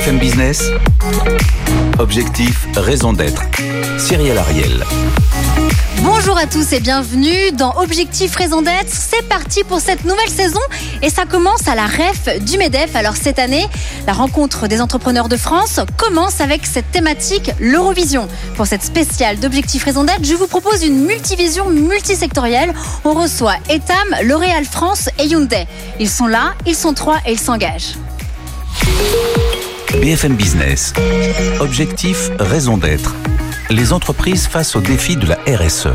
BFM Business, objectif, raison d'être. Cyril Ariel. Bonjour à tous et bienvenue dans Objectif Raison d'être. C'est parti pour cette nouvelle saison et ça commence à la REF du MEDEF. Alors cette année, la rencontre des entrepreneurs de France commence avec cette thématique, l'Eurovision. Pour cette spéciale d'Objectif Raison d'être, je vous propose une multivision multisectorielle. On reçoit Etam, L'Oréal France et Hyundai. Ils sont là, ils sont trois et ils s'engagent. BFM Business, objectif, raison d'être. Les entreprises face aux défis de la RSE.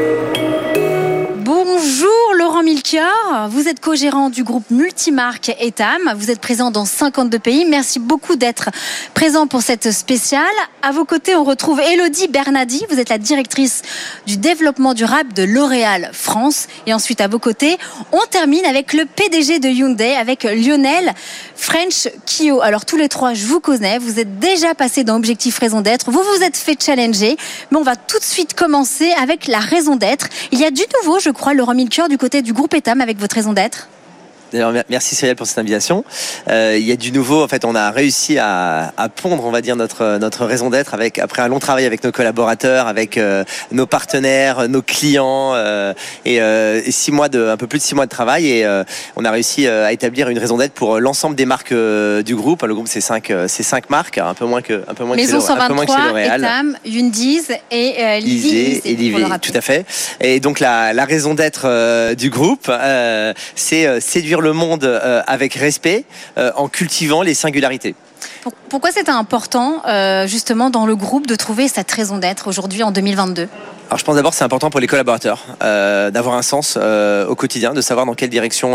Bonjour Laurent Milchior, vous êtes co-gérant du groupe multimarque Etam. Vous êtes présent dans 52 pays. Merci beaucoup d'être présent pour cette spéciale. À vos côtés, on retrouve Élodie Bernadi. Vous êtes la directrice du développement durable de L'Oréal France. Et ensuite, à vos côtés, on termine avec le PDG de Hyundai, avec Lionel French-Kyo. Alors tous les trois, je vous connais. Vous êtes déjà passés dans Objectif Raison d'être. Vous vous êtes fait challenger. Mais on va tout de suite commencer avec la raison d'être. Il y a du nouveau, je crois, Laurent Milchior, du côté du groupe Etam avec votre raison d'être. D'ailleurs, merci Cyril pour cette invitation. Il y a du nouveau. En fait, on a réussi à pondre, on va dire, notre raison d'être après un long travail avec nos collaborateurs, avec nos partenaires, nos clients, et un peu plus de 6 mois de travail. Et on a réussi à établir une raison d'être pour l'ensemble des marques du groupe. Le groupe, c'est 5 marques, un peu moins que Maison chez L'Oréal. Etam, Hyundai et Livy, tout à fait. Et donc la raison d'être du groupe, c'est séduire le monde avec respect en cultivant les singularités. Pourquoi c'est important justement dans le groupe de trouver cette raison d'être aujourd'hui en 2022 ? Alors je pense d'abord que c'est important pour les collaborateurs d'avoir un sens au quotidien, de savoir dans quelle direction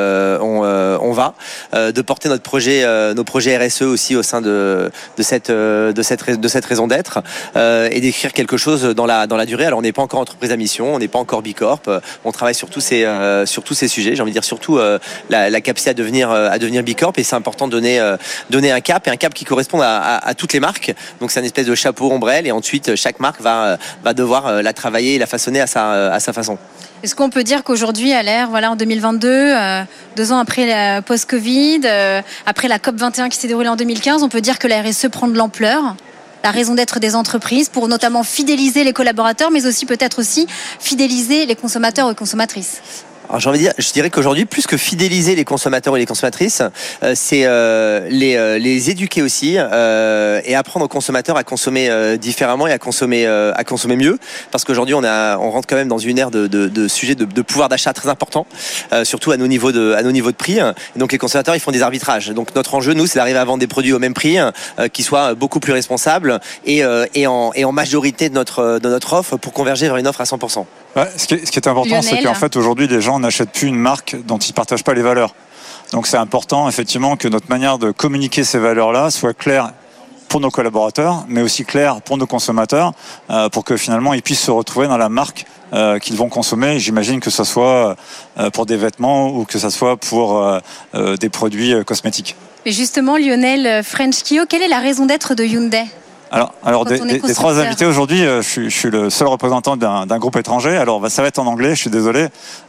on va, de porter nos projets RSE aussi au sein de cette raison d'être, et d'écrire quelque chose dans la durée. Alors on n'est pas encore entreprise à mission, on n'est pas encore Bicorp, on travaille sur tous ces sujets. J'ai envie de dire surtout la capacité à devenir Bicorp, et c'est important de donner un cap, et un cap qui correspond à toutes les marques. Donc c'est une espèce de chapeau ombrelle, et ensuite chaque marque va devoir la travailler et la façonner à sa façon. Est-ce qu'on peut dire qu'aujourd'hui, à l'ère, en 2022, 2 ans après la post-Covid, après la COP21 qui s'est déroulée en 2015, on peut dire que la RSE prend de l'ampleur, la raison d'être des entreprises, pour notamment fidéliser les collaborateurs, mais aussi peut-être aussi fidéliser les consommateurs et consommatrices? Alors je dirais qu'aujourd'hui, plus que fidéliser les consommateurs et les consommatrices, c'est les éduquer aussi, et apprendre aux consommateurs à consommer différemment et à consommer mieux, parce qu'aujourd'hui on rentre quand même dans une ère de sujets de pouvoir d'achat très important, surtout à nos niveaux de prix. Et donc les consommateurs, ils font des arbitrages. Donc notre enjeu, nous, c'est d'arriver à vendre des produits au même prix, qui soient beaucoup plus responsables et en majorité de notre offre, pour converger vers une offre à 100%. Ouais, ce qui est important, Lionel, c'est qu'en fait aujourd'hui les gens n'achètent plus une marque dont ils ne partagent pas les valeurs. Donc c'est important effectivement que notre manière de communiquer ces valeurs-là soit claire pour nos collaborateurs, mais aussi claire pour nos consommateurs, pour que finalement ils puissent se retrouver dans la marque qu'ils vont consommer. J'imagine que ce soit pour des vêtements ou que ce soit pour des produits cosmétiques. Mais justement, Lionel French-Kyo, quelle est la raison d'être de Hyundai ? Alors des 3 invités aujourd'hui, je suis le seul représentant d'un groupe étranger. Alors ça va être en anglais, je suis désolé.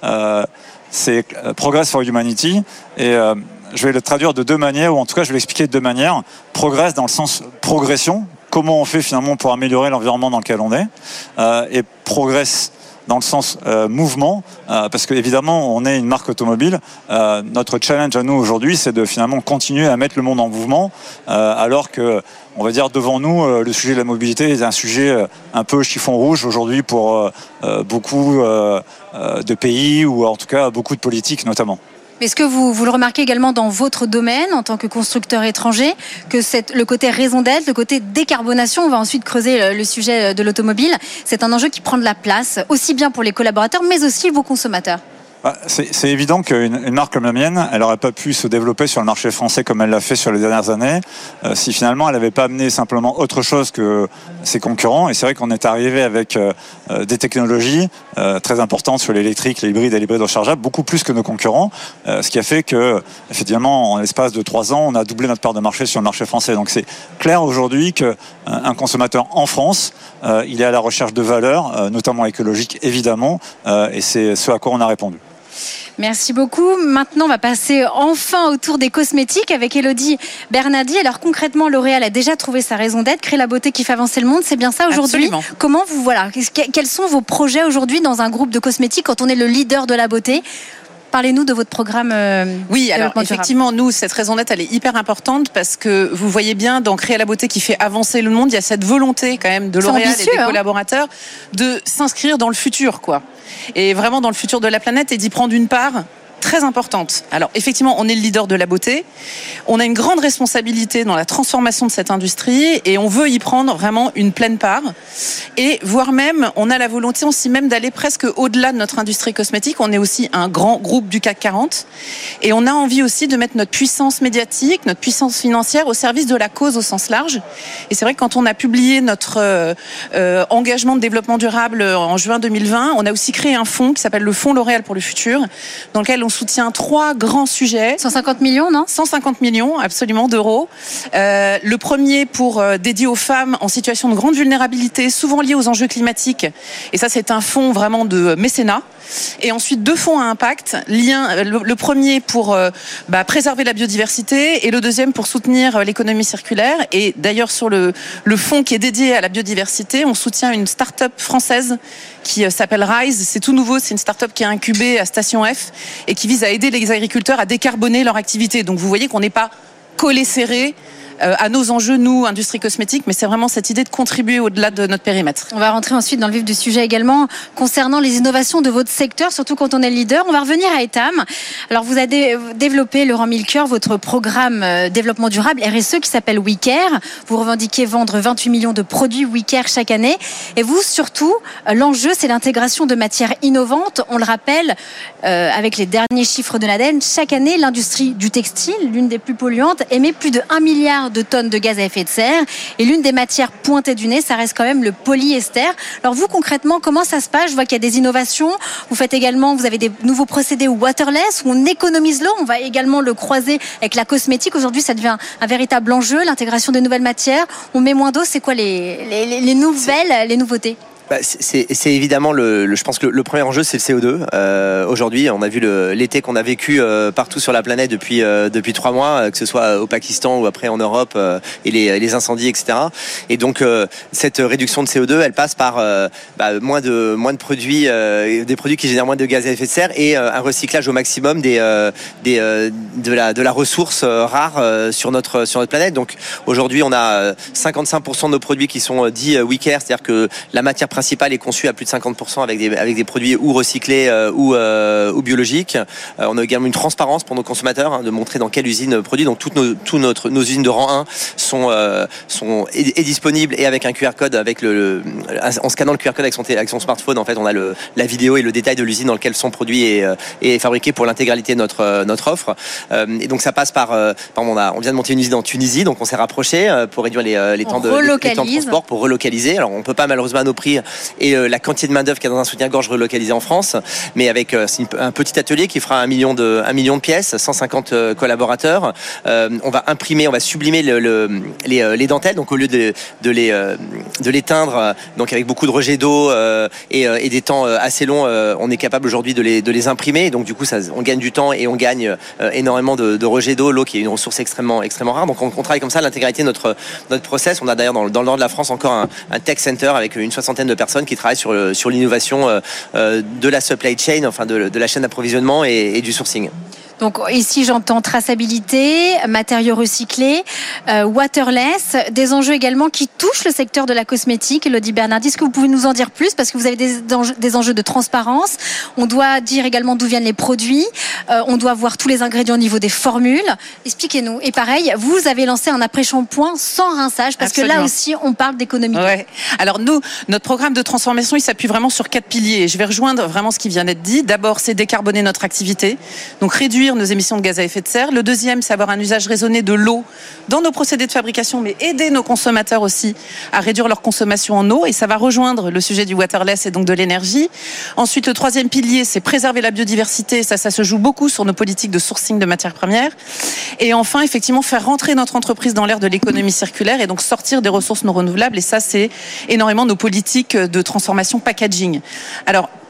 C'est Progress for Humanity, et je vais le traduire de 2 manières, ou en tout cas je vais l'expliquer de 2 manières. Progress dans le sens progression, comment on fait finalement pour améliorer l'environnement dans lequel on est, et Progress dans le sens mouvement, parce que évidemment on est une marque automobile. Notre challenge à nous aujourd'hui, c'est de finalement continuer à mettre le monde en mouvement, alors que, on va dire, devant nous, le sujet de la mobilité est un sujet un peu chiffon rouge aujourd'hui pour beaucoup de pays, ou en tout cas beaucoup de politiques notamment. Est-ce que vous le remarquez également dans votre domaine en tant que constructeur étranger, que le côté raison d'être, le côté décarbonation, on va ensuite creuser le sujet de l'automobile, c'est un enjeu qui prend de la place, aussi bien pour les collaborateurs, mais aussi vos consommateurs? C'est évident qu'une marque comme la mienne, elle n'aurait pas pu se développer sur le marché français comme elle l'a fait sur les dernières années, si finalement elle n'avait pas amené simplement autre chose que ses concurrents. Et c'est vrai qu'on est arrivé avec des technologies très importantes sur l'électrique, l'hybride et l'hybride rechargeable, beaucoup plus que nos concurrents, ce qui a fait que, effectivement, en l'espace de 3 ans, on a doublé notre part de marché sur le marché français. Donc c'est clair aujourd'hui qu'un consommateur en France, il est à la recherche de valeurs, notamment écologiques évidemment, et c'est ce à quoi on a répondu. Merci beaucoup. Maintenant, on va passer enfin au tour des cosmétiques avec Élodie Bernardi. Alors concrètement, L'Oréal a déjà trouvé sa raison d'être, créer la beauté qui fait avancer le monde. C'est bien ça aujourd'hui ? Absolument. Comment vous, quels sont vos projets aujourd'hui dans un groupe de cosmétiques quand on est le leader de la beauté ? Parlez-nous de votre programme. Oui, alors effectivement, nous, cette raison d'être, elle est hyper importante parce que vous voyez bien, dans Créer la beauté qui fait avancer le monde, il y a cette volonté quand même de L'Oréal et des collaborateurs de s'inscrire dans le futur, quoi. Et vraiment dans le futur de la planète et d'y prendre une part très importante. Alors effectivement, on est le leader de la beauté. On a une grande responsabilité dans la transformation de cette industrie et on veut y prendre vraiment une pleine part. Et voire même, on a la volonté aussi même d'aller presque au-delà de notre industrie cosmétique. On est aussi un grand groupe du CAC 40 et on a envie aussi de mettre notre puissance médiatique, notre puissance financière au service de la cause au sens large. Et c'est vrai que quand on a publié notre engagement de développement durable en juin 2020, on a aussi créé un fonds qui s'appelle le Fonds L'Oréal pour le futur, dans lequel on soutient 3 grands sujets. 150 millions, non ? 150 millions, absolument, d'euros. Le premier dédié aux femmes en situation de grande vulnérabilité, souvent liées aux enjeux climatiques. Et ça, c'est un fonds vraiment de mécénat. Et ensuite 2 fonds à impact. Le premier pour préserver la biodiversité et le deuxième pour soutenir l'économie circulaire. Et d'ailleurs, sur le fonds qui est dédié à la biodiversité, on soutient une start-up française qui s'appelle Rise. C'est tout nouveau, c'est une start-up qui est incubée à Station F et qui vise à aider les agriculteurs à décarboner leur activité. Donc vous voyez qu'on n'est pas collé serré à nos enjeux, nous, industrie cosmétique, mais c'est vraiment cette idée de contribuer au-delà de notre périmètre. On va rentrer ensuite dans le vif du sujet également, concernant les innovations de votre secteur, surtout quand on est le leader. On va revenir à Etam. Alors, vous avez développé, Laurent Milker, votre programme développement durable RSE qui s'appelle WeCare. Vous revendiquez vendre 28 millions de produits WeCare chaque année. Et vous, surtout, l'enjeu, c'est l'intégration de matières innovantes. On le rappelle, avec les derniers chiffres de l'ADEME, chaque année, l'industrie du textile, l'une des plus polluantes, émet plus de 1 milliard de tonnes de gaz à effet de serre. Et l'une des matières pointées du nez, ça reste quand même le polyester. Alors vous, concrètement, comment ça se passe ? Je vois qu'il y a des innovations. Vous avez des nouveaux procédés waterless où on économise l'eau. On va également le croiser avec la cosmétique. Aujourd'hui, ça devient un véritable enjeu, l'intégration des nouvelles matières. On met moins d'eau. C'est quoi les nouveautés ? C'est évidemment je pense que le premier enjeu, c'est le CO2. Aujourd'hui, on a vu l'été qu'on a vécu partout sur la planète depuis 3 mois, que ce soit au Pakistan ou après en Europe, et les incendies, etc. Et donc cette réduction de CO2, elle passe par moins de produits, des produits qui génèrent moins de gaz à effet de serre et un recyclage au maximum de la ressource rare sur notre planète. Donc aujourd'hui, on a 55% de nos produits qui sont dits WeCare, c'est-à-dire que la matière principale est conçue à plus de 50% avec des produits ou recyclés ou biologiques. On a également une transparence pour nos consommateurs, de montrer dans quelle usine produit. Donc toutes nos usines de rang 1 sont disponibles et avec un QR code, en scannant le QR code avec son smartphone, en fait, on a la vidéo et le détail de l'usine dans laquelle son produit est fabriqué pour l'intégralité de notre offre. Et donc ça passe par on vient de monter une usine en Tunisie, donc on s'est rapproché pour réduire les temps de transport, pour relocaliser. Alors on peut pas malheureusement à nos prix et la quantité de main d'œuvre qu'il y a dans un soutien-gorge relocalisé en France, mais avec un petit atelier qui fera 1 million de pièces, 150 collaborateurs. On va sublimer les dentelles, donc au lieu de les teindre, donc avec beaucoup de rejets d'eau et des temps assez longs, on est capable aujourd'hui de les imprimer. Donc du coup, on gagne du temps et on gagne énormément de rejets d'eau, l'eau qui est une ressource extrêmement rare. Donc on travaille comme ça l'intégralité de notre process. On a d'ailleurs dans le nord de la France encore un tech center avec une 60aine de personnes qui travaillent sur l'innovation de la supply chain, enfin de la chaîne d'approvisionnement et du sourcing. Donc ici j'entends traçabilité, matériaux recyclés, waterless, des enjeux également qui touchent le secteur de la cosmétique. Élodie Bernardi, est-ce que vous pouvez nous en dire plus ? Parce que vous avez des enjeux de transparence. On doit dire également d'où viennent les produits. On doit voir tous les ingrédients au niveau des formules. Expliquez-nous. Et pareil, vous avez lancé un après-shampoing sans rinçage parce Absolument. Que là aussi on parle d'économie. Ouais. Alors nous, notre programme de transformation, il s'appuie vraiment sur 4 piliers. Je vais rejoindre vraiment ce qui vient d'être dit. D'abord, c'est décarboner notre activité. Donc réduire nos émissions de gaz à effet de serre. Le deuxième, c'est avoir un usage raisonné de l'eau dans nos procédés de fabrication, mais aider nos consommateurs aussi à réduire leur consommation en eau. Et ça va rejoindre le sujet du waterless et donc de l'énergie. Ensuite, le troisième pilier, c'est préserver la biodiversité. Ça se joue beaucoup sur nos politiques de sourcing de matières premières. Et enfin, effectivement, faire rentrer notre entreprise dans l'ère de l'économie circulaire et donc sortir des ressources non renouvelables. Et ça, c'est énormément nos politiques de transformation packaging. Alors,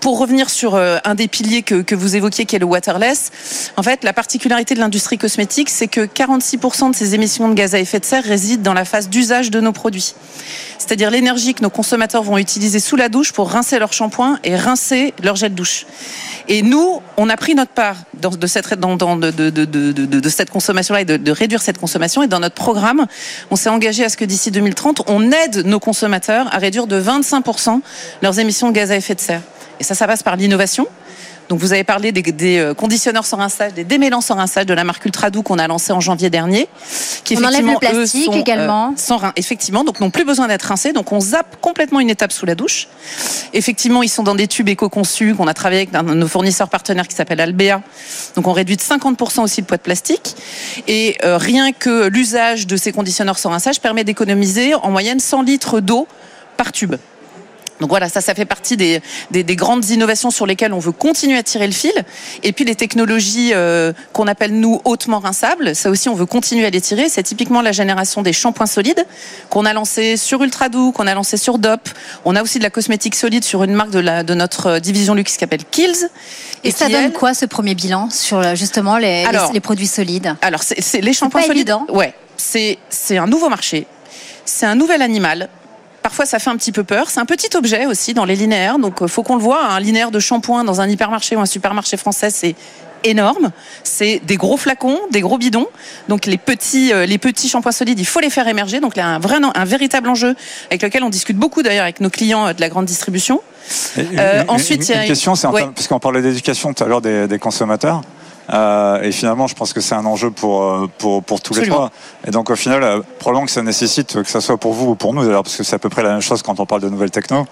pour revenir sur un des piliers que vous évoquiez, qui est le waterless, en fait, la particularité de l'industrie cosmétique, c'est que 46% de ces émissions de gaz à effet de serre résident dans la phase d'usage de nos produits. C'est-à-dire l'énergie que nos consommateurs vont utiliser sous la douche pour rincer leur shampoing et rincer leur gel douche. Et nous, on a pris notre part de cette consommation-là et de réduire cette consommation. Et dans notre programme, on s'est engagé à ce que d'ici 2030, on aide nos consommateurs à réduire de 25% leurs émissions de gaz à effet de serre. Et ça passe par l'innovation. Donc vous avez parlé des conditionneurs sans rinçage, des démêlants sans rinçage de la marque Ultradoux qu'on a lancé en janvier dernier. Qui on enlève le plastique également. Effectivement, donc n'ont plus besoin d'être rincés. Donc on zappe complètement une étape sous la douche. Effectivement, ils sont dans des tubes éco-conçus qu'on a travaillé avec un de nos fournisseurs partenaires qui s'appelle Albea. Donc on réduit de 50% aussi le poids de plastique. Et rien que l'usage de ces conditionneurs sans rinçage permet d'économiser en moyenne 100 litres d'eau par tube. Donc voilà, ça fait partie des grandes innovations sur lesquelles on veut continuer à tirer le fil. Et puis les technologies qu'on appelle nous hautement rinçables, ça aussi on veut continuer à les tirer. C'est typiquement la génération des shampoings solides qu'on a lancé sur Ultradoux, qu'on a lancé sur DOP. On a aussi de la cosmétique solide sur une marque de notre division luxe qui s'appelle Kiehl's. Et ça donne quoi ce premier bilan sur justement les produits solides? Alors c'est les shampoings solides. Évident. Ouais, c'est un nouveau marché, c'est un nouvel animal. Parfois, ça fait un petit peu peur. C'est un petit objet aussi dans les linéaires. Donc, faut qu'on le voit. Un linéaire de shampoing dans un hypermarché ou un supermarché français, c'est énorme. C'est des gros flacons, des gros bidons. Donc, les petits shampoings solides, il faut les faire émerger. Donc, là, un véritable enjeu avec lequel on discute beaucoup d'ailleurs avec nos clients de la grande distribution. Ensuite, il y a une question, puisqu'on parlait d'éducation tout à l'heure des consommateurs. Et finalement, je pense que c'est un enjeu pour tous les trois. Et donc, au final, probablement que ça nécessite, que ça soit pour vous ou pour nous, d'ailleurs, parce que c'est à peu près la même chose quand on parle de nouvelles techno,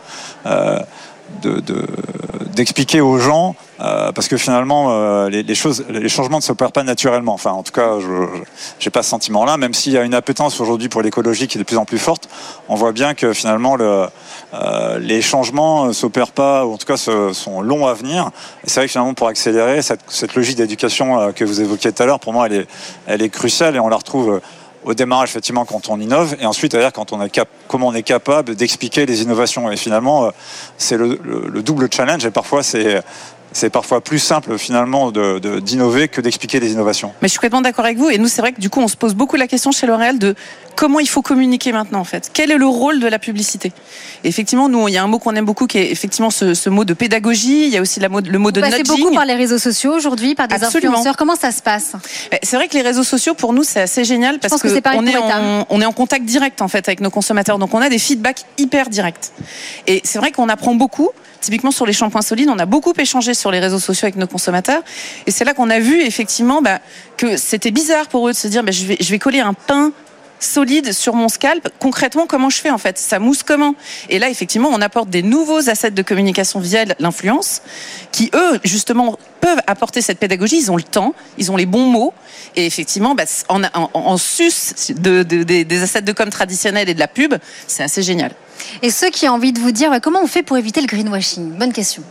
d'expliquer aux gens, parce que finalement, les changements ne s'opèrent pas naturellement. Enfin, en tout cas, j'ai pas ce sentiment-là. Même s'il y a une appétence aujourd'hui pour l'écologie qui est de plus en plus forte, on voit bien que finalement, les changements ne s'opèrent pas, ou en tout cas sont longs à venir. Et c'est vrai que finalement, pour accélérer cette logique d'éducation que vous évoquiez tout à l'heure, pour moi, elle est cruciale et on la retrouve au démarrage, effectivement, quand on innove, et ensuite, d'ailleurs, comment on est capable d'expliquer les innovations. Et finalement, c'est le double challenge, et parfois, c'est parfois plus simple finalement d'innover que d'expliquer des innovations. Mais je suis complètement d'accord avec vous, et nous c'est vrai que du coup on se pose beaucoup la question chez L'Oréal de comment il faut communiquer maintenant en fait. Quel est le rôle de la publicité? Et effectivement, nous il y a un mot qu'on aime beaucoup qui est effectivement ce mot de pédagogie. Il y a aussi le mot de nudging. C'est beaucoup par les réseaux sociaux aujourd'hui, par des influenceurs. Comment ça se passe? C'est vrai que les réseaux sociaux pour nous c'est assez génial parce qu'on est en contact direct en fait avec nos consommateurs, donc on a des feedbacks hyper directs. Et c'est vrai qu'on apprend beaucoup. Typiquement sur les shampoings solides, on a beaucoup échangé sur les réseaux sociaux avec nos consommateurs, et c'est là qu'on a vu effectivement que c'était bizarre pour eux de se dire je vais coller un pain solide sur mon scalp. Concrètement, comment je fais en fait? Ça mousse comment? Et là, effectivement, on apporte des nouveaux assets de communication via l'influence qui, eux, justement, peuvent apporter cette pédagogie. Ils ont le temps, ils ont les bons mots. Et effectivement, en sus des assets de com traditionnels et de la pub, c'est assez génial. Et ceux qui ont envie de vous dire comment on fait pour éviter le greenwashing? Bonne question.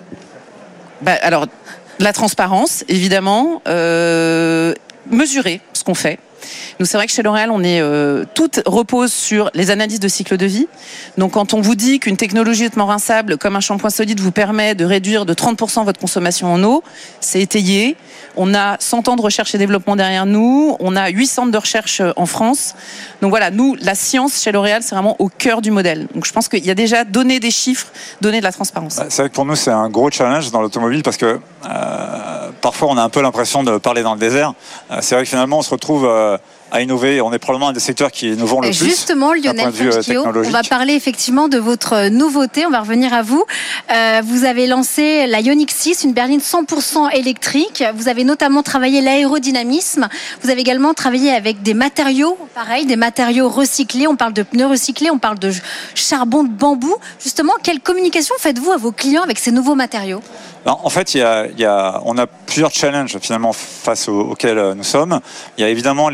Alors, la transparence, évidemment, mesurer ce qu'on fait. Nous, c'est vrai que chez L'Oréal, tout repose sur les analyses de cycle de vie. Donc, quand on vous dit qu'une technologie hautement rinçable, comme un shampoing solide, vous permet de réduire de 30% votre consommation en eau, c'est étayé. On a 100 ans de recherche et développement derrière nous. On a 8 centres de recherche en France. Donc voilà, nous, la science chez L'Oréal, c'est vraiment au cœur du modèle. Donc je pense qu'il y a déjà donné des chiffres, donné de la transparence. C'est vrai que pour nous, c'est un gros challenge dans l'automobile parce que parfois, on a un peu l'impression de parler dans le désert. C'est vrai que finalement, on se retrouve à innover. On est probablement un des secteurs qui innovent le plus. Justement, Lionel Franchio, on va parler effectivement de votre nouveauté. On va revenir à vous. Vous avez lancé la Ioniq 6, une berline 100% électrique. Vous avez notamment travaillé l'aérodynamisme. Vous avez également travaillé avec des matériaux, pareil, des matériaux recyclés. On parle de pneus recyclés, on parle de charbon de bambou. Justement, quelle communication faites-vous à vos clients avec ces nouveaux matériaux? En fait, on a plusieurs challenges finalement face auxquels nous sommes. Il y a évidemment les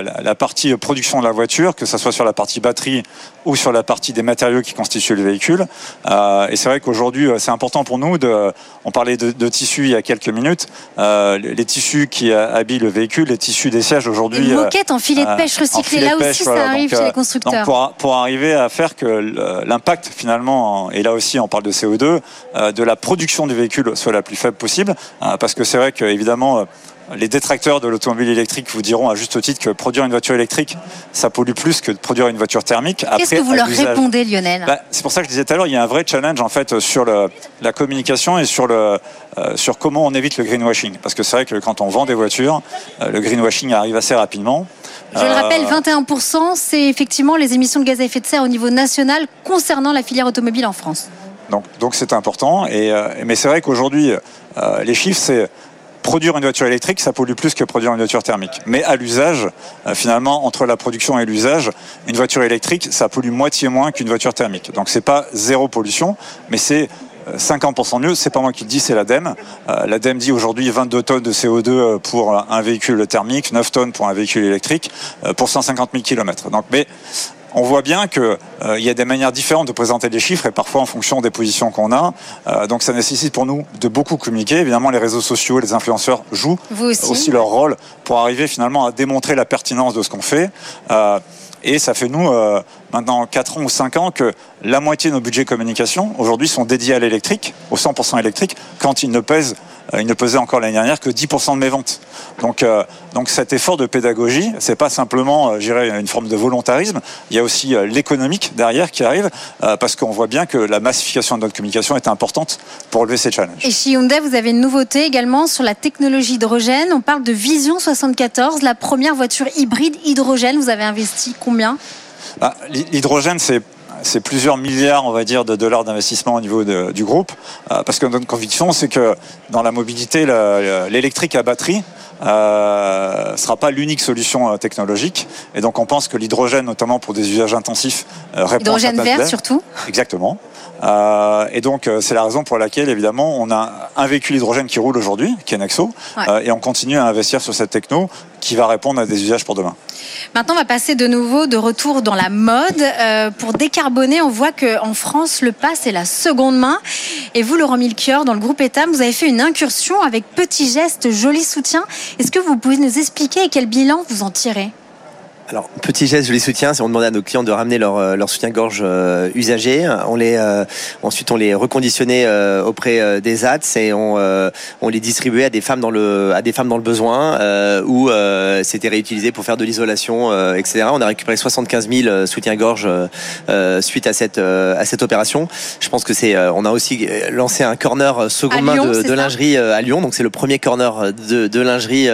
la partie production de la voiture, que ce soit sur la partie batterie ou sur la partie des matériaux qui constituent le véhicule. Et c'est vrai qu'aujourd'hui, c'est important pour nous on parlait de tissus il y a quelques minutes, les tissus qui habillent le véhicule, les tissus des sièges aujourd'hui. Une moquette en filet de pêche recyclé, là aussi ça arrive chez les constructeurs. Donc pour arriver à faire que l'impact finalement, et là aussi on parle de CO2, de la production du véhicule soit la plus faible possible, parce que c'est vrai qu'évidemment, les détracteurs de l'automobile électrique vous diront à juste titre que produire une voiture électrique, ça pollue plus que de produire une voiture thermique. Qu'est-ce que vous leur répondez, Lionel ? C'est pour ça que je disais tout à l'heure, il y a un vrai challenge en fait sur la communication et sur comment on évite le greenwashing. Parce que c'est vrai que quand on vend des voitures, le greenwashing arrive assez rapidement. Je le rappelle, 21%, c'est effectivement les émissions de gaz à effet de serre au niveau national concernant la filière automobile en France. Donc c'est important. Mais c'est vrai qu'aujourd'hui, les chiffres, c'est produire une voiture électrique, ça pollue plus que produire une voiture thermique. Mais à l'usage, finalement, entre la production et l'usage, une voiture électrique, ça pollue moitié moins qu'une voiture thermique. Donc c'est pas zéro pollution, mais c'est 50% mieux. C'est pas moi qui le dis, c'est l'ADEME. L'ADEME dit aujourd'hui 22 tonnes de CO2 pour un véhicule thermique, 9 tonnes pour un véhicule électrique, pour 150 000 km. Donc, mais on voit bien qu'il y a des manières différentes de présenter les chiffres et parfois en fonction des positions qu'on a. Donc ça nécessite pour nous de beaucoup communiquer. Évidemment, les réseaux sociaux, les influenceurs jouent aussi leur rôle pour arriver finalement à démontrer la pertinence de ce qu'on fait. Et ça fait nous, maintenant 4 ans ou 5 ans, que la moitié de nos budgets communication aujourd'hui sont dédiés à l'électrique, au 100% électrique, quand il ne pesait encore l'année dernière que 10% de mes ventes. Donc cet effort de pédagogie, c'est pas simplement, je dirais, une forme de volontarisme. Il y a aussi l'économique derrière qui arrive, parce qu'on voit bien que la massification de notre communication est importante pour relever ces challenges. Et chez Hyundai, vous avez une nouveauté également sur la technologie hydrogène. On parle de Vision 74, la première voiture hybride hydrogène. Vous avez investi combien ? L'hydrogène, c'est plusieurs milliards, on va dire, de dollars d'investissement au niveau du groupe, parce que notre conviction, c'est que dans la mobilité, l'électrique à batterie sera pas l'unique solution technologique, et donc on pense que l'hydrogène, notamment pour des usages intensifs, répond hydrogène vert surtout. Exactement. Et donc c'est la raison pour laquelle évidemment on a un véhicule hydrogène qui roule aujourd'hui, qui est Nexo, et on continue à investir sur cette techno qui va répondre à des usages pour demain. Maintenant, on va passer de nouveau de retour dans la mode. Pour décarboner, on voit qu'en France, le pass est la seconde main. Et vous, Laurent Milchior, dans le groupe Etam, vous avez fait une incursion avec Petit Geste, Joli Soutien. Est-ce que vous pouvez nous expliquer quel bilan vous en tirez ? Alors, Petit Geste, Joli Soutien, c'est on demandait à nos clients de ramener leur soutien-gorge usagé. Ensuite, on les reconditionnait auprès des ATS et on les distribuait à des femmes dans le besoin, ou c'était réutilisé pour faire de l'isolation, etc. On a récupéré 75 000 soutiens-gorge suite à cette opération. Je pense que on a aussi lancé un corner seconde main de lingerie à Lyon. Donc c'est le premier corner de lingerie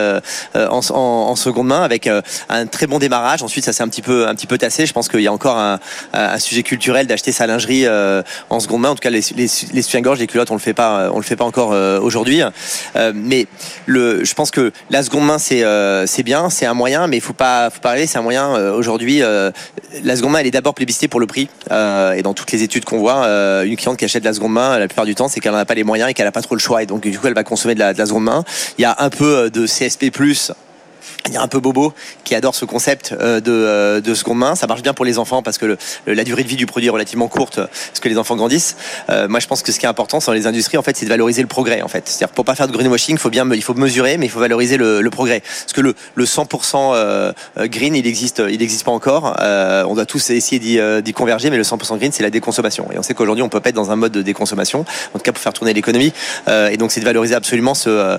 en seconde main avec un très bon démarrage. Ensuite, ça s'est un petit peu tassé. Je pense qu'il y a encore un sujet culturel d'acheter sa lingerie en seconde main. En tout cas, les soutiens-gorge, les culottes, on le fait pas encore aujourd'hui. Mais je pense que la seconde main, c'est bien, c'est un moyen, mais il faut pas rêver, c'est un moyen. Aujourd'hui, la seconde main, elle est d'abord plébiscitée pour le prix. Et dans toutes les études qu'on voit, une cliente qui achète de la seconde main, la plupart du temps, c'est qu'elle n'a pas les moyens et qu'elle n'a pas trop le choix. Et donc, du coup, elle va consommer de la seconde main. Il y a un peu de CSP+. Il y a un peu bobo qui adore ce concept de seconde main. Ça marche bien pour les enfants parce que la durée de vie du produit est relativement courte parce que les enfants grandissent. Moi, je pense que ce qui est important dans les industries, en fait, c'est de valoriser le progrès. En fait, c'est-à-dire pour pas faire de greenwashing, il faut mesurer, mais il faut valoriser le progrès. Parce que le 100% green, il existe pas encore. On doit tous essayer d'y converger, mais le 100% green, c'est la déconsommation. Et on sait qu'aujourd'hui, on peut pas être dans un mode de déconsommation, en tout cas pour faire tourner l'économie. Et donc, c'est de valoriser absolument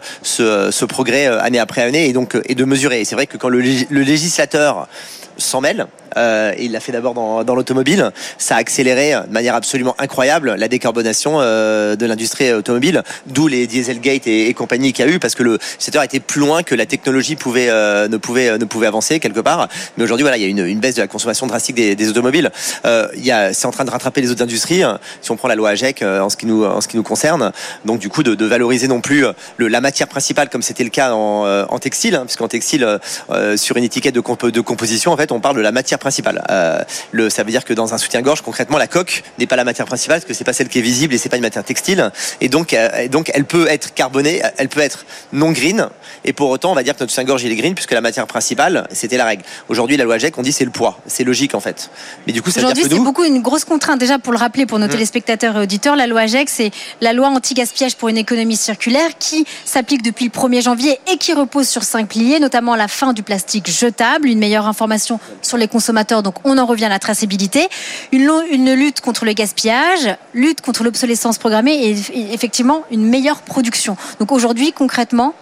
ce progrès année après année, et de mesurer. Et c'est vrai que quand le législateur s'en mêle, et il l'a fait d'abord dans l'automobile, ça a accéléré de manière absolument incroyable la décarbonation de l'industrie automobile, d'où les Dieselgate et compagnie qu'il y a eu, parce que le secteur était plus loin que la technologie ne pouvait avancer quelque part. Mais aujourd'hui, voilà, il y a une baisse de la consommation drastique des automobiles. C'est en train de rattraper les autres industries. Si on prend la loi AGEC en ce qui nous concerne, donc du coup de valoriser non plus la matière principale comme c'était le cas en textile, puisqu'en textile, sur une étiquette de composition, en fait, on parle de la matière principale. Ça veut dire que dans un soutien-gorge, concrètement, la coque n'est pas la matière principale parce que c'est pas celle qui est visible et c'est pas une matière textile. Et donc elle peut être carbonée, elle peut être non green. Et pour autant, on va dire que notre soutien-gorge il est green puisque la matière principale, c'était la règle. Aujourd'hui, la loi GEC, on dit c'est le poids. C'est logique en fait. Mais du coup, ça veut dire que aujourd'hui, c'est beaucoup une grosse contrainte. Déjà, pour le rappeler pour nos téléspectateurs et auditeurs, la loi GEC, c'est la loi anti-gaspillage pour une économie circulaire qui s'applique depuis le 1er janvier et qui repose sur 5 piliers, notamment la fin du plastique jetable, une meilleure information sur les consommateurs, donc on en revient à la traçabilité, une lutte contre le gaspillage, lutte contre l'obsolescence programmée et effectivement une meilleure production. Donc aujourd'hui, concrètement,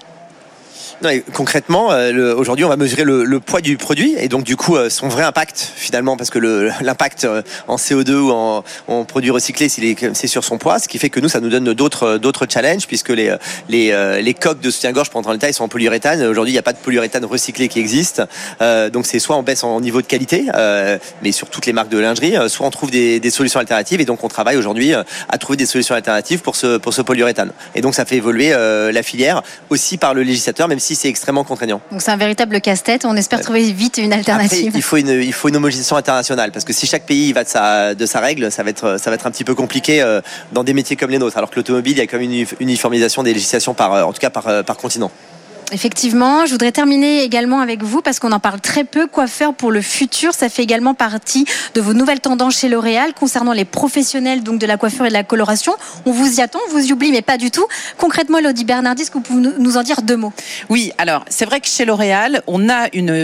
aujourd'hui, on va mesurer le poids du produit et donc du coup son vrai impact finalement, parce que l'impact en CO2 ou en produits recyclés, c'est sur son poids, ce qui fait que nous, ça nous donne d'autres challenges puisque les coques de soutien-gorge pour entrer dans le détail sont en polyuréthane. Aujourd'hui, il n'y a pas de polyuréthane recyclé qui existe, donc c'est soit on baisse en niveau de qualité, mais sur toutes les marques de lingerie, soit on trouve des solutions alternatives et donc on travaille aujourd'hui à trouver des solutions alternatives pour ce polyuréthane. Et donc ça fait évoluer la filière aussi par le législateur, même si c'est extrêmement contraignant. Donc c'est un véritable casse-tête. On espère trouver vite une alternative. Après, il faut une homogénéisation internationale parce que si chaque pays va de sa règle, ça va être un petit peu compliqué dans des métiers comme les nôtres. Alors que l'automobile, il y a quand même une uniformisation des législations en tout cas par continent. Effectivement, je voudrais terminer également avec vous parce qu'on en parle très peu. Quoi faire pour le futur? Ça fait également partie de vos nouvelles tendances chez L'Oréal concernant les professionnels donc de la coiffure et de la coloration. On vous y attend, on vous y oublie, mais pas du tout. Concrètement, Elodie Bernardi, est-ce que vous pouvez nous en dire 2 mots? Oui, alors c'est vrai que chez L'Oréal, on a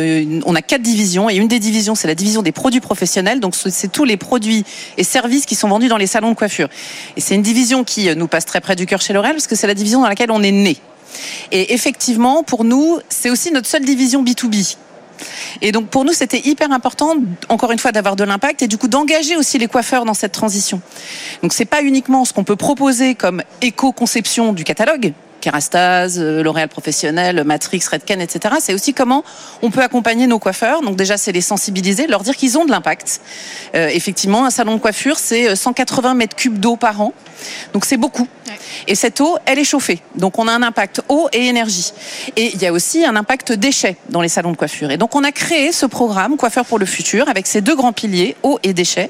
4 divisions et une des divisions, c'est la division des produits professionnels. Donc c'est tous les produits et services qui sont vendus dans les salons de coiffure. Et c'est une division qui nous passe très près du cœur chez L'Oréal parce que c'est la division dans laquelle on est né. Et effectivement, pour nous, c'est aussi notre seule division B2B. Et donc pour nous, c'était hyper important, encore une fois, d'avoir de l'impact et du coup d'engager aussi les coiffeurs dans cette transition. Donc c'est pas uniquement ce qu'on peut proposer comme éco-conception du catalogue, Kérastase, L'Oréal Professionnel, Matrix, Redken, etc. C'est aussi comment on peut accompagner nos coiffeurs. Donc déjà, c'est les sensibiliser, leur dire qu'ils ont de l'impact. Effectivement, un salon de coiffure, c'est 180 mètres cubes d'eau par an. Donc c'est beaucoup. Ouais. Et cette eau, elle est chauffée. Donc on a un impact eau et énergie. Et il y a aussi un impact déchets dans les salons de coiffure. Et donc on a créé ce programme Coiffeur pour le futur avec ces 2 grands piliers, eau et déchets,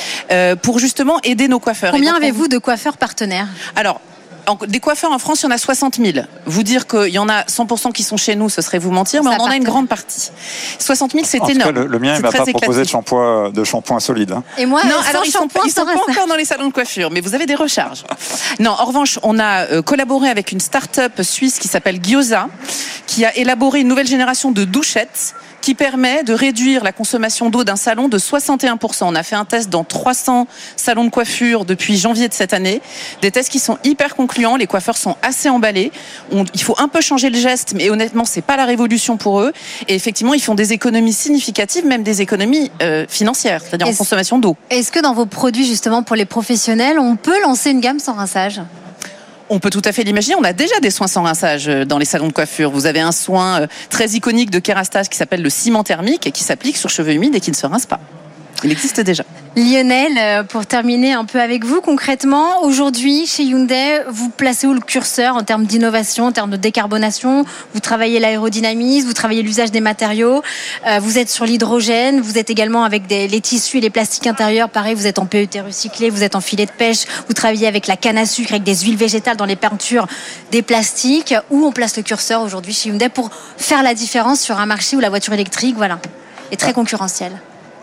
pour justement aider nos coiffeurs. Combien avez-vous de coiffeurs partenaires? Alors, des coiffeurs en France, il y en a 60 000. Vous dire qu'il y en a 100% qui sont chez nous, ce serait vous mentir, mais on en a une grande partie. 60 000, c'est énorme. Cas, le mien, il ne m'a pas proposé de shampoing solide. Hein. Et moi, non, alors ils sont pas encore dans les salons de coiffure, mais vous avez des recharges. Non, en revanche, on a collaboré avec une start-up suisse qui s'appelle Gyoza, qui a élaboré une nouvelle génération de douchettes qui permet de réduire la consommation d'eau d'un salon de 61%. On a fait un test dans 300 salons de coiffure depuis janvier de cette année. Des tests qui sont hyper concluants. Les coiffeurs sont assez emballés. Il faut un peu changer le geste, mais honnêtement, c'est pas la révolution pour eux. Et effectivement, ils font des économies significatives, même des économies financières, c'est-à-dire en consommation d'eau. Est-ce que dans vos produits, justement, pour les professionnels, on peut lancer une gamme sans rinçage ? On peut tout à fait l'imaginer. On a déjà des soins sans rinçage dans les salons de coiffure. Vous avez un soin très iconique de Kérastase qui s'appelle le ciment thermique et qui s'applique sur cheveux humides et qui ne se rince pas. Il existe déjà. Lionel, pour terminer un peu avec vous, concrètement, aujourd'hui, chez Hyundai, vous placez où le curseur en termes d'innovation, en termes de décarbonation? Vous travaillez l'aérodynamisme, vous travaillez l'usage des matériaux, vous êtes sur l'hydrogène, vous êtes également avec les tissus et les plastiques intérieurs, pareil, vous êtes en PET recyclé, vous êtes en filet de pêche, vous travaillez avec la canne à sucre, avec des huiles végétales dans les peintures, des plastiques. Où on place le curseur aujourd'hui chez Hyundai pour faire la différence sur un marché où la voiture électrique, voilà, est très concurrentielle?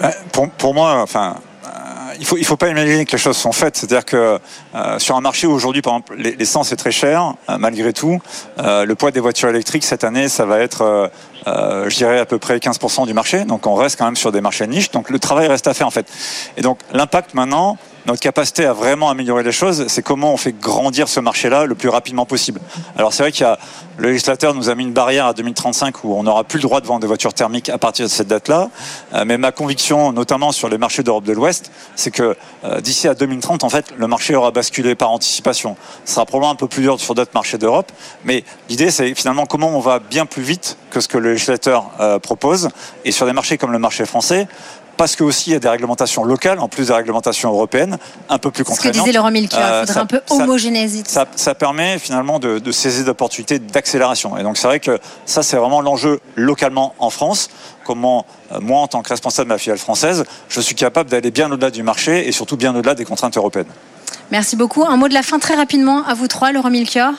Pour moi, enfin, il faut pas imaginer que les choses sont faites. C'est-à-dire que sur un marché où aujourd'hui, par exemple, l'essence est très chère, malgré tout, le poids des voitures électriques cette année, ça va être, je dirais, à peu près 15% du marché. Donc on reste quand même sur des marchés de niche. Donc le travail reste à faire en fait. Et donc l'impact maintenant, notre capacité à vraiment améliorer les choses, c'est comment on fait grandir ce marché-là le plus rapidement possible. Alors c'est vrai qu'il y a le législateur nous a mis une barrière à 2035 où on n'aura plus le droit de vendre des voitures thermiques à partir de cette date-là. Mais ma conviction, notamment sur les marchés d'Europe de l'Ouest, c'est que d'ici à 2030, en fait, le marché aura basculé par anticipation. Ce sera probablement un peu plus dur sur d'autres marchés d'Europe, mais l'idée, c'est finalement comment on va bien plus vite que ce que le législateur propose. Et sur des marchés comme le marché français, parce que aussi il y a des réglementations locales, en plus des réglementations européennes, un peu plus contraignantes. Ce que disait Laurent Milker, il faudrait un peu homogénéiser. Ça permet finalement de saisir d'opportunités d'accélération. Et donc c'est vrai que ça, c'est vraiment l'enjeu localement en France. Comment, moi, en tant que responsable de ma filiale française, je suis capable d'aller bien au-delà du marché et surtout bien au-delà des contraintes européennes. Merci beaucoup. Un mot de la fin très rapidement à vous trois, Laurent Milker.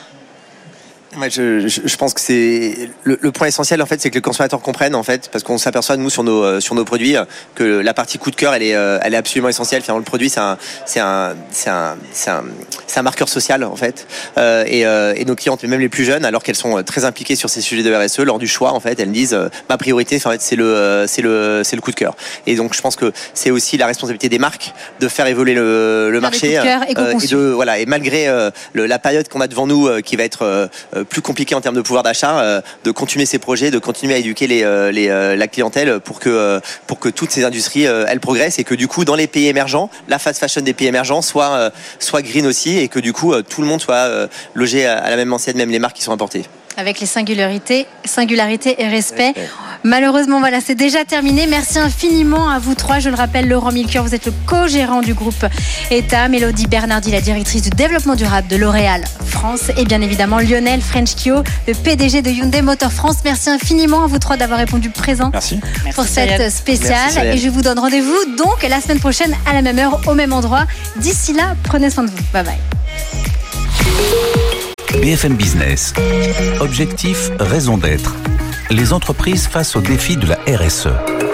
Je pense que c'est le point essentiel en fait, c'est que les consommateurs comprennent en fait, parce qu'on s'aperçoit nous sur nos produits que la partie coup de cœur elle est absolument essentielle. Finalement, le produit c'est un marqueur social en fait, et nos clientes, même les plus jeunes, alors qu'elles sont très impliquées sur ces sujets de RSE, lors du choix en fait, elles disent ma priorité en fait c'est le coup de cœur. Et donc je pense que c'est aussi la responsabilité des marques de faire évoluer le marché et malgré la période qu'on a devant nous qui va être plus compliqué en termes de pouvoir d'achat, de continuer ces projets, de continuer à éduquer la clientèle pour que toutes ces industries elles progressent et que du coup dans les pays émergents, la fast fashion des pays émergents soit green aussi et que du coup tout le monde soit logé à la même enseigne, même les marques qui sont importées. Avec les singularités et respect. Malheureusement, voilà, c'est déjà terminé. Merci infiniment à vous trois. Je le rappelle, Laurent Milker, vous êtes le co-gérant du groupe Etam, Élodie Bernardi, la directrice du développement durable de L'Oréal France, et bien évidemment Lionel Frenchkio, le PDG de Hyundai Motor France. Merci infiniment à vous trois d'avoir répondu présent pour cette spéciale. Et je vous donne rendez-vous donc la semaine prochaine à la même heure, au même endroit. D'ici là, prenez soin de vous. Bye bye. BFM Business. Objectif, raison d'être. Les entreprises face au défi de la RSE.